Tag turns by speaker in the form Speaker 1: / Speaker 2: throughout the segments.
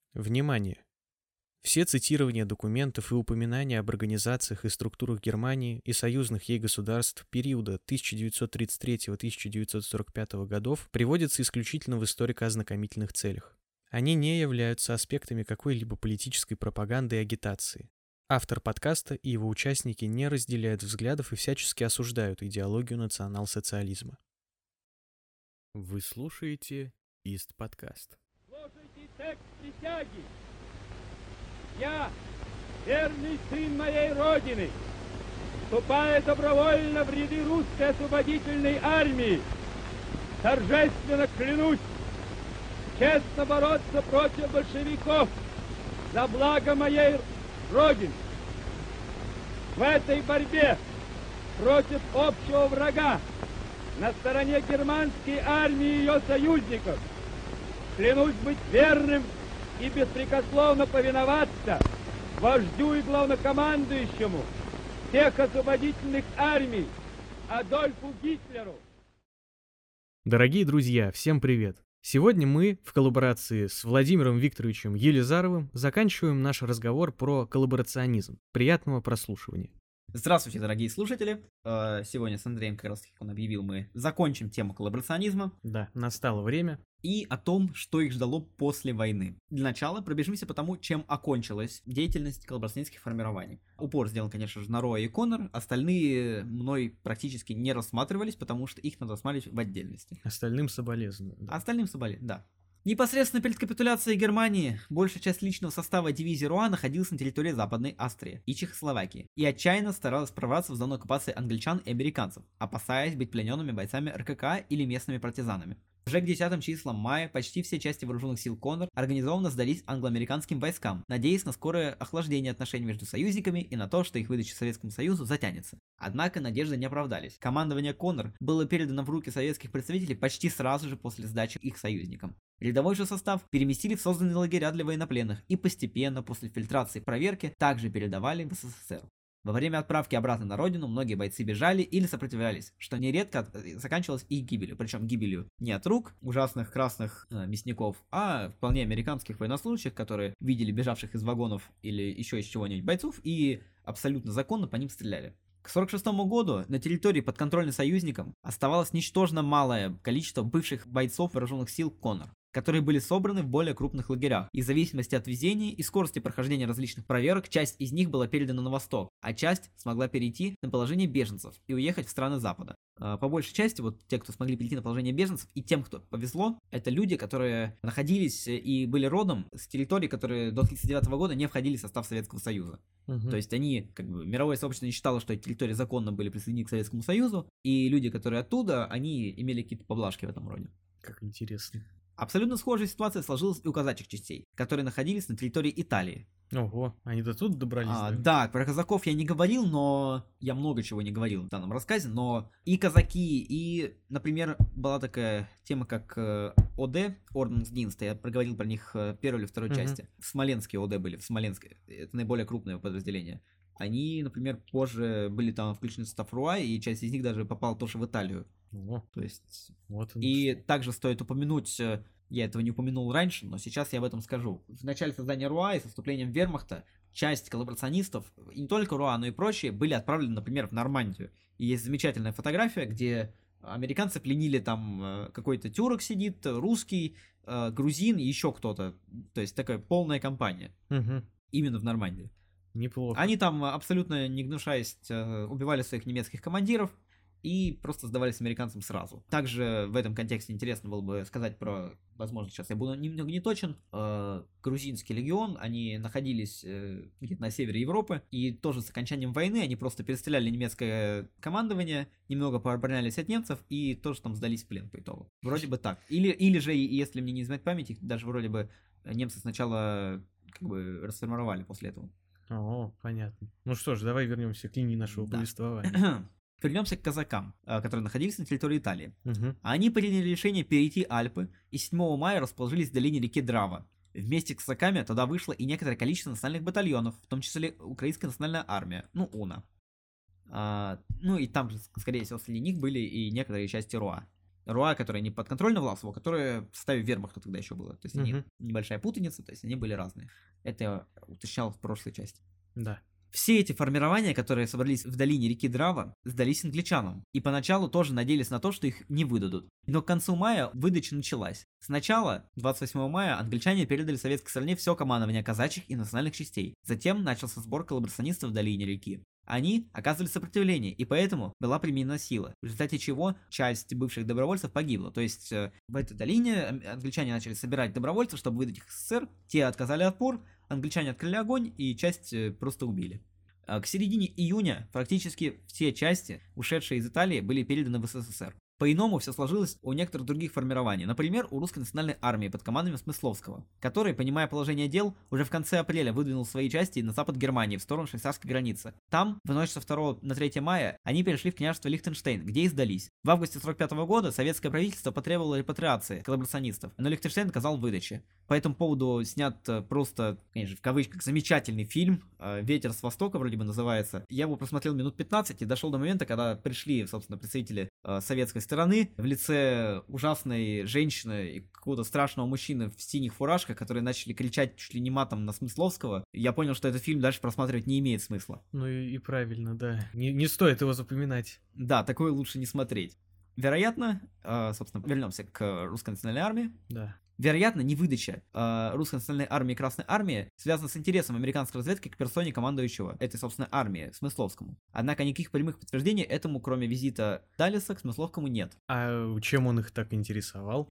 Speaker 1: Внимание! Все цитирования документов и упоминания об организациях и структурах Германии и союзных ей государств периода 1933-1945 годов приводятся исключительно в историко-ознакомительных целях. Они не являются аспектами какой-либо политической пропаганды и агитации. Автор подкаста и его участники не разделяют взглядов и всячески осуждают идеологию национал-социализма. Вы слушаете Ист-подкаст.
Speaker 2: Слушайте текст присяги. Я, верный сын моей Родины, вступая добровольно в ряды русской освободительной армии, торжественно клянусь честно бороться против большевиков за благо моей Родины. В этой борьбе против общего врага на стороне германской армии и ее союзников клянусь быть верным и беспрекословно повиноваться вождю и главнокомандующему всех освободительных армий Адольфу Гитлеру.
Speaker 1: Дорогие друзья, всем привет! Сегодня мы, в коллаборации с Владимиром Викторовичем Елизаровым, заканчиваем наш разговор про коллаборационизм. Приятного прослушивания.
Speaker 3: Здравствуйте, дорогие слушатели. Сегодня с Андреем, как раз как он объявил, мы закончим тему коллаборационизма.
Speaker 1: Да, настало время.
Speaker 3: И о том, что их ждало после войны. Для начала пробежимся по тому, чем окончилась деятельность коллаборационистских формирований. Упор сделан, конечно же, на Роа и Коннор. Остальные мной практически не рассматривались, потому что их надо рассматривать в отдельности.
Speaker 1: Остальным соболезную. Да.
Speaker 3: Остальным соболезную, да. Непосредственно перед капитуляцией Германии большая часть личного состава дивизии Руа находилась на территории Западной Австрии и Чехословакии и отчаянно старалась прорваться в зону оккупации англичан и американцев, опасаясь быть плененными бойцами РКК или местными партизанами. Уже к 10 числам мая почти все части вооруженных сил Коннор организованно сдались англо-американским войскам, надеясь на скорое охлаждение отношений между союзниками и на то, что их выдача Советскому Союзу затянется. Однако надежды не оправдались. Командование Коннор было передано в руки советских представителей почти сразу же после сдачи их союзникам. Рядовой же состав переместили в созданные лагеря для военнопленных и постепенно, после фильтрации и проверки, также передавали в СССР. Во время отправки обратно на родину многие бойцы бежали или сопротивлялись, что нередко заканчивалось их гибелью, причем гибелью не от рук ужасных красных мясников, а вполне американских военнослужащих, которые видели бежавших из вагонов или еще из чего-нибудь бойцов и абсолютно законно по ним стреляли. К 1946 году на территории, подконтрольной союзникам, оставалось ничтожно малое количество бывших бойцов вооруженных сил Коннор, которые были собраны в более крупных лагерях. И в зависимости от везения и скорости прохождения различных проверок, часть из них была передана на восток, а часть смогла перейти на положение беженцев и уехать в страны Запада. По большей части, вот те, кто смогли перейти на положение беженцев, и тем, кто повезло, это люди, которые находились и были родом с территорий, которые до 1939 года не входили в состав Советского Союза. То есть они, мировое сообщество не считало, что эти территории законно были присоединены к Советскому Союзу, и люди, которые оттуда, они имели какие-то поблажки в этом роде.
Speaker 1: Как интересно.
Speaker 3: Абсолютно схожая ситуация сложилась и у казачьих частей, которые находились на территории Италии.
Speaker 1: Ого, они до тут добрались?
Speaker 3: Да, про казаков я не говорил, но я много чего не говорил в данном рассказе, но и казаки, и, например, была такая тема, как ОД, Орденсдинст, я проговорил про них в первой или второй части. В Смоленске ОД были, в Смоленске, это наиболее крупное подразделение. Они, например, позже были там включены в состав Руа, и часть из них даже попала тоже в Италию. То есть...
Speaker 1: Вот
Speaker 3: и также стоит упомянуть, я этого не упомянул раньше, но сейчас я об этом скажу. В начале создания Руа и со вступлением Вермахта часть коллаборационистов, и не только Руа, но и прочие, были отправлены, например, в Нормандию. И есть замечательная фотография, где американцы пленили там какой-то тюрок сидит, русский, грузин и еще кто-то. То есть такая полная компания. Именно в Нормандии.
Speaker 1: Неплохо.
Speaker 3: Они там, абсолютно не гнушаясь, убивали своих немецких командиров и просто сдавались американцам сразу. Также в этом контексте интересно было бы сказать про, возможно, сейчас я буду немного не точен, грузинский легион, они находились где-то на севере Европы, и тоже с окончанием войны они просто перестреляли немецкое командование, немного пооборонялись от немцев и тоже там сдались в плен по итогу. Вроде бы так. Или же, если мне не изменять память, их даже вроде бы немцы сначала расформировали после этого.
Speaker 1: О, понятно. Ну что ж, давай вернемся к линии нашего повествования.
Speaker 3: Вернемся к казакам, которые находились на территории Италии. Они приняли решение перейти Альпы и 7 мая расположились в долине реки Драва. Вместе с казаками туда вышло и некоторое количество национальных батальонов, в том числе Украинская национальная армия, УНА. Ну и там, скорее всего, среди них были и некоторые части Руа. Руа, которые не подконтрольны Власову, которые в составе вермахта тогда еще было. То есть они
Speaker 1: Мгм.
Speaker 3: небольшая путаница, то есть они были разные. Это я уточнял в прошлой части.
Speaker 1: Да.
Speaker 3: Все эти формирования, которые собрались в долине реки Драва, сдались англичанам. И поначалу тоже надеялись на то, что их не выдадут. Но к концу мая выдача началась. Сначала, 28 мая, англичане передали советской стороне все командование казачьих и национальных частей. Затем начался сбор коллаборационистов в долине реки. Они оказывали сопротивление, и поэтому была применена сила, в результате чего часть бывших добровольцев погибла. То есть в этой долине англичане начали собирать добровольцев, чтобы выдать их СССР, те отказали отпор, англичане открыли огонь и часть просто убили. К середине июня практически все части, ушедшие из Италии, были переданы в СССР. По-иному все сложилось у некоторых других формирований, например, у русской национальной армии под командованием Смысловского, который, понимая положение дел, уже в конце апреля выдвинул свои части на запад Германии, в сторону швейцарской границы. Там, в ночь со 2 на 3 мая, они перешли в княжество Лихтенштейн, где и сдались. В августе 1945 года советское правительство потребовало репатриации коллаборационистов, но Лихтенштейн отказал в выдаче. По этому поводу снят просто, конечно, в кавычках, замечательный фильм «Ветер с востока» вроде бы называется. Я его просмотрел минут 15 и дошел до момента, когда пришли, собственно, представители советской стороны в лице ужасной женщины и какого-то страшного мужчины в синих фуражках, которые начали кричать чуть ли не матом на Смысловского. Я понял, что этот фильм дальше просматривать не имеет смысла.
Speaker 1: Ну и правильно, да. Не стоит его запоминать.
Speaker 3: Да, такое лучше не смотреть. Вероятно, собственно, вернемся к русской национальной армии.
Speaker 1: Да.
Speaker 3: Вероятно, невыдача русской национальной армии и Красной армии связана с интересом американской разведки к персоне командующего этой, собственно, армии, Смысловскому. Однако никаких прямых подтверждений этому, кроме визита Даллеса, к Смысловскому нет.
Speaker 1: А чем он их так интересовал?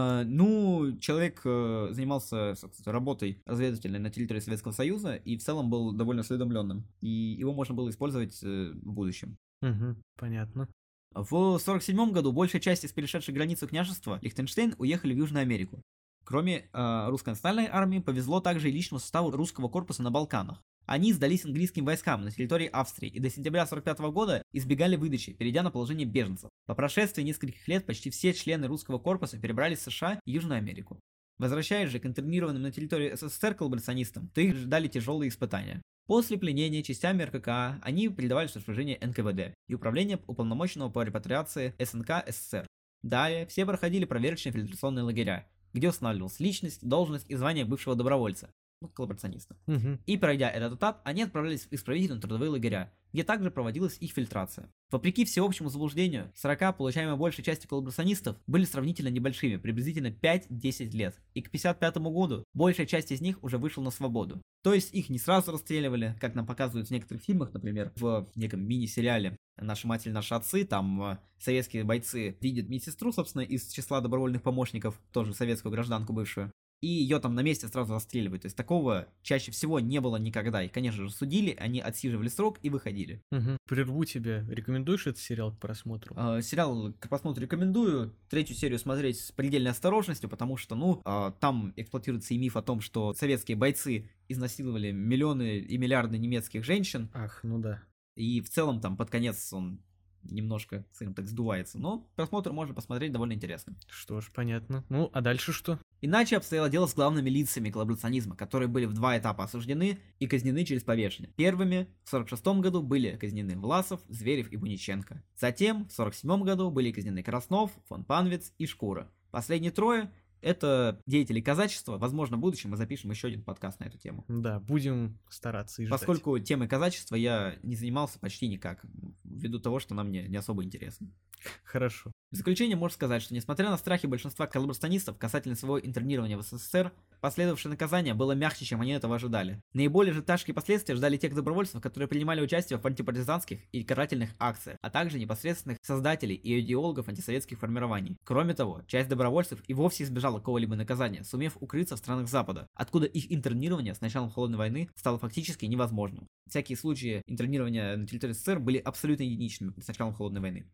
Speaker 3: Человек занимался, собственно, работой разведывательной на территории Советского Союза и в целом был довольно осведомленным. И его можно было использовать в будущем.
Speaker 1: Угу, понятно.
Speaker 3: В 1947 году большая часть из перешедших границу княжества Лихтенштейн уехали в Южную Америку. Кроме русской национальной армии, повезло также и личному составу русского корпуса на Балканах. Они сдались английским войскам на территории Австрии и до сентября 1945 года избегали выдачи, перейдя на положение беженцев. По прошествии нескольких лет почти все члены русского корпуса перебрались в США и Южную Америку. Возвращаясь же к интернированным на территории СССР коллаборационистам, то их ждали тяжелые испытания. После пленения частями РККА они передавались в распоряжение НКВД и Управление уполномоченного по репатриации СНК СССР. Далее все проходили проверочные фильтрационные лагеря, где устанавливалась личность, должность и звание бывшего добровольца, коллаборациониста.
Speaker 1: Угу.
Speaker 3: И пройдя этот этап, они отправлялись в исправительные трудовые лагеря, где также проводилась их фильтрация. Вопреки всеобщему заблуждению, 40 получаемой большей части коллаборационистов были сравнительно небольшими, приблизительно 5-10 лет, и к 1955 году большая часть из них уже вышла на свободу. То есть их не сразу расстреливали, как нам показывают в некоторых фильмах, например, в неком мини-сериале «Наши матери, наши отцы», там советские бойцы видят медсестру, собственно, из числа добровольных помощников, тоже советскую гражданку бывшую, и ее там на месте сразу расстреливают. То есть такого чаще всего не было никогда. Их, конечно же, судили, они отсиживали срок и выходили.
Speaker 1: Угу. Прерву тебя. Рекомендуешь этот сериал к просмотру?
Speaker 3: Сериал к просмотру рекомендую. 3-ю серию смотреть с предельной осторожностью, потому что, там эксплуатируется и миф о том, что советские бойцы изнасиловали миллионы и миллиарды немецких женщин.
Speaker 1: Ах, ну да.
Speaker 3: И в целом там под конец он немножко, скажем так, сдувается. Но просмотр можно посмотреть довольно интересно.
Speaker 1: Что ж, понятно. Ну, а дальше что?
Speaker 3: Иначе обстояло дело с главными лицами коллаборационизма, которые были в 2 этапа осуждены и казнены через повешение. Первыми в 1946 году были казнены Власов, Зверев и Буниченко. Затем в 1947 году были казнены Краснов, фон Панвиц и Шкура. Последние 3 это деятели казачества. Возможно, в будущем мы запишем еще один подкаст на эту тему.
Speaker 1: Да, будем стараться и ждать.
Speaker 3: Поскольку темой казачества я не занимался почти никак, ввиду того, что она мне не особо интересна.
Speaker 1: Хорошо.
Speaker 3: В заключение можно сказать, что несмотря на страхи большинства коллаборационистов касательно своего интернирования в СССР, последовавшее наказание было мягче, чем они этого ожидали. Наиболее же тяжкие последствия ждали тех добровольцев, которые принимали участие в антипартизанских и карательных акциях, а также непосредственных создателей и идеологов антисоветских формирований. Кроме того, часть добровольцев и вовсе избежала какого-либо наказания, сумев укрыться в странах Запада, откуда их интернирование с началом Холодной войны стало фактически невозможным. Всякие случаи интернирования на территории СССР были абсолютно единичными с началом Холодной войны.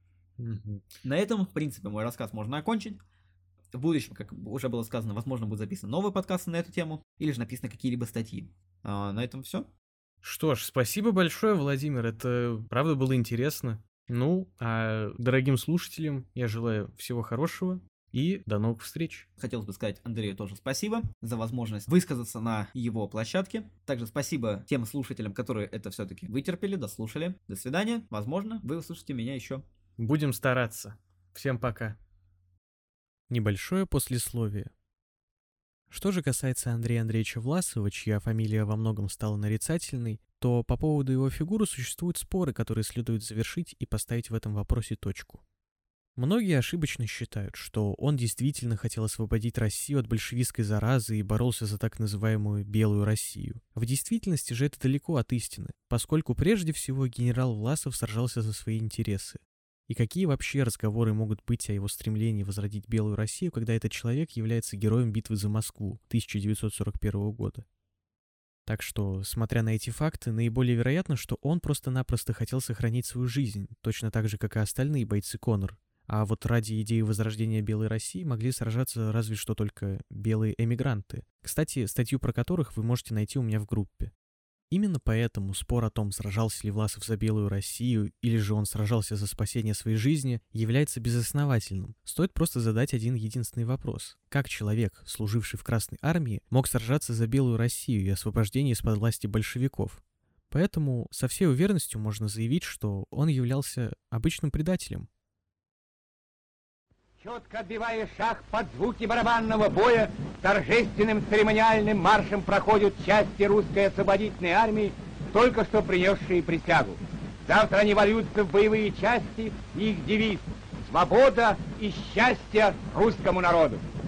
Speaker 3: На этом, в принципе, мой рассказ можно окончить. В будущем, как уже было сказано, возможно, будут записаны новые подкасты на эту тему, или же написаны какие-либо статьи. На этом все.
Speaker 1: Что ж, спасибо большое, Владимир, это правда было интересно. Ну, а дорогим слушателям я желаю всего хорошего и до новых встреч.
Speaker 3: Хотелось бы сказать Андрею тоже спасибо за возможность высказаться на его площадке. Также спасибо тем слушателям, которые это все-таки вытерпели, дослушали. До свидания. Возможно, вы услышите меня еще.
Speaker 1: Будем стараться. Всем пока. Небольшое послесловие. Что же касается Андрея Андреевича Власова, чья фамилия во многом стала нарицательной, то по поводу его фигуры существуют споры, которые следует завершить и поставить в этом вопросе точку. Многие ошибочно считают, что он действительно хотел освободить Россию от большевистской заразы и боролся за так называемую «белую Россию». В действительности же это далеко от истины, поскольку прежде всего генерал Власов сражался за свои интересы. И какие вообще разговоры могут быть о его стремлении возродить белую Россию, когда этот человек является героем битвы за Москву 1941 года? Так что, смотря на эти факты, наиболее вероятно, что он просто-напросто хотел сохранить свою жизнь, точно так же, как и остальные бойцы Коннор. А вот ради идеи возрождения белой России могли сражаться разве что только белые эмигранты. Кстати, статью про которых вы можете найти у меня в группе. Именно поэтому спор о том, сражался ли Власов за белую Россию или же он сражался за спасение своей жизни, является безосновательным. Стоит просто задать один единственный вопрос. Как человек, служивший в Красной армии, мог сражаться за белую Россию и освобождение из-под власти большевиков? Поэтому со всей уверенностью можно заявить, что он являлся обычным предателем.
Speaker 2: Четко отбивая шаг под звуки барабанного боя, торжественным церемониальным маршем проходят части русской освободительной армии, только что принесшие присягу. Завтра они вольются в боевые части, и их девиз «Свобода и счастье русскому народу».